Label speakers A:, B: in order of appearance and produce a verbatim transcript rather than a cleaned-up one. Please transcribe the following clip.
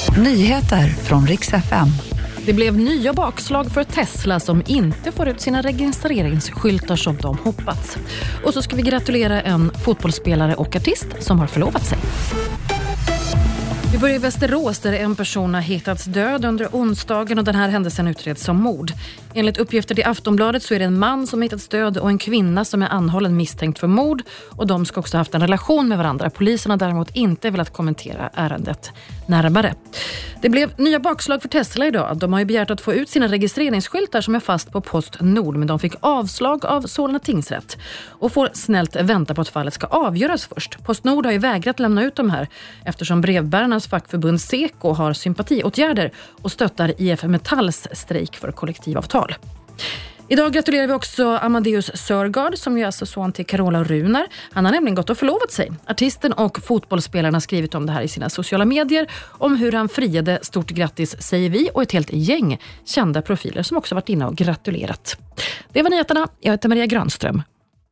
A: Nyheter från Rix F M.
B: Det blev nya bakslag för Tesla som inte får ut sina registreringsskyltar som de hoppats. Och så ska vi gratulera en fotbollsspelare och artist som har förlovat sig. Vi börjar i Västerås där en person har hittats död under onsdagen och den här händelsen utreds som mord. Enligt uppgifter till Aftonbladet så är det en man som hittats död och en kvinna som är anhållen misstänkt för mord. Och de ska också ha haft en relation med varandra. Polisen har däremot inte velat kommentera ärendet närmare. Det blev nya bakslag för Tesla idag. De har ju begärt att få ut sina registreringsskyltar som är fast på Postnord. Men de fick avslag av Solna tingsrätt. Och får snällt vänta på att fallet ska avgöras först. Postnord har ju vägrat lämna ut de här eftersom brevbärarnas fackförbund Seko har sympatiåtgärder och stöttar I F Metalls strejk för kollektivavtal. Idag gratulerar vi också Amadeus Sörgard som ju är alltså son till Carola och Runar. Han har nämligen gått och förlovat sig. Artisten och fotbollsspelarna har skrivit om det här i sina sociala medier. Om hur han friade. Stort grattis säger vi och ett helt gäng kända profiler som också varit inne och gratulerat. Det var nyheterna. Jag heter Maria Granström.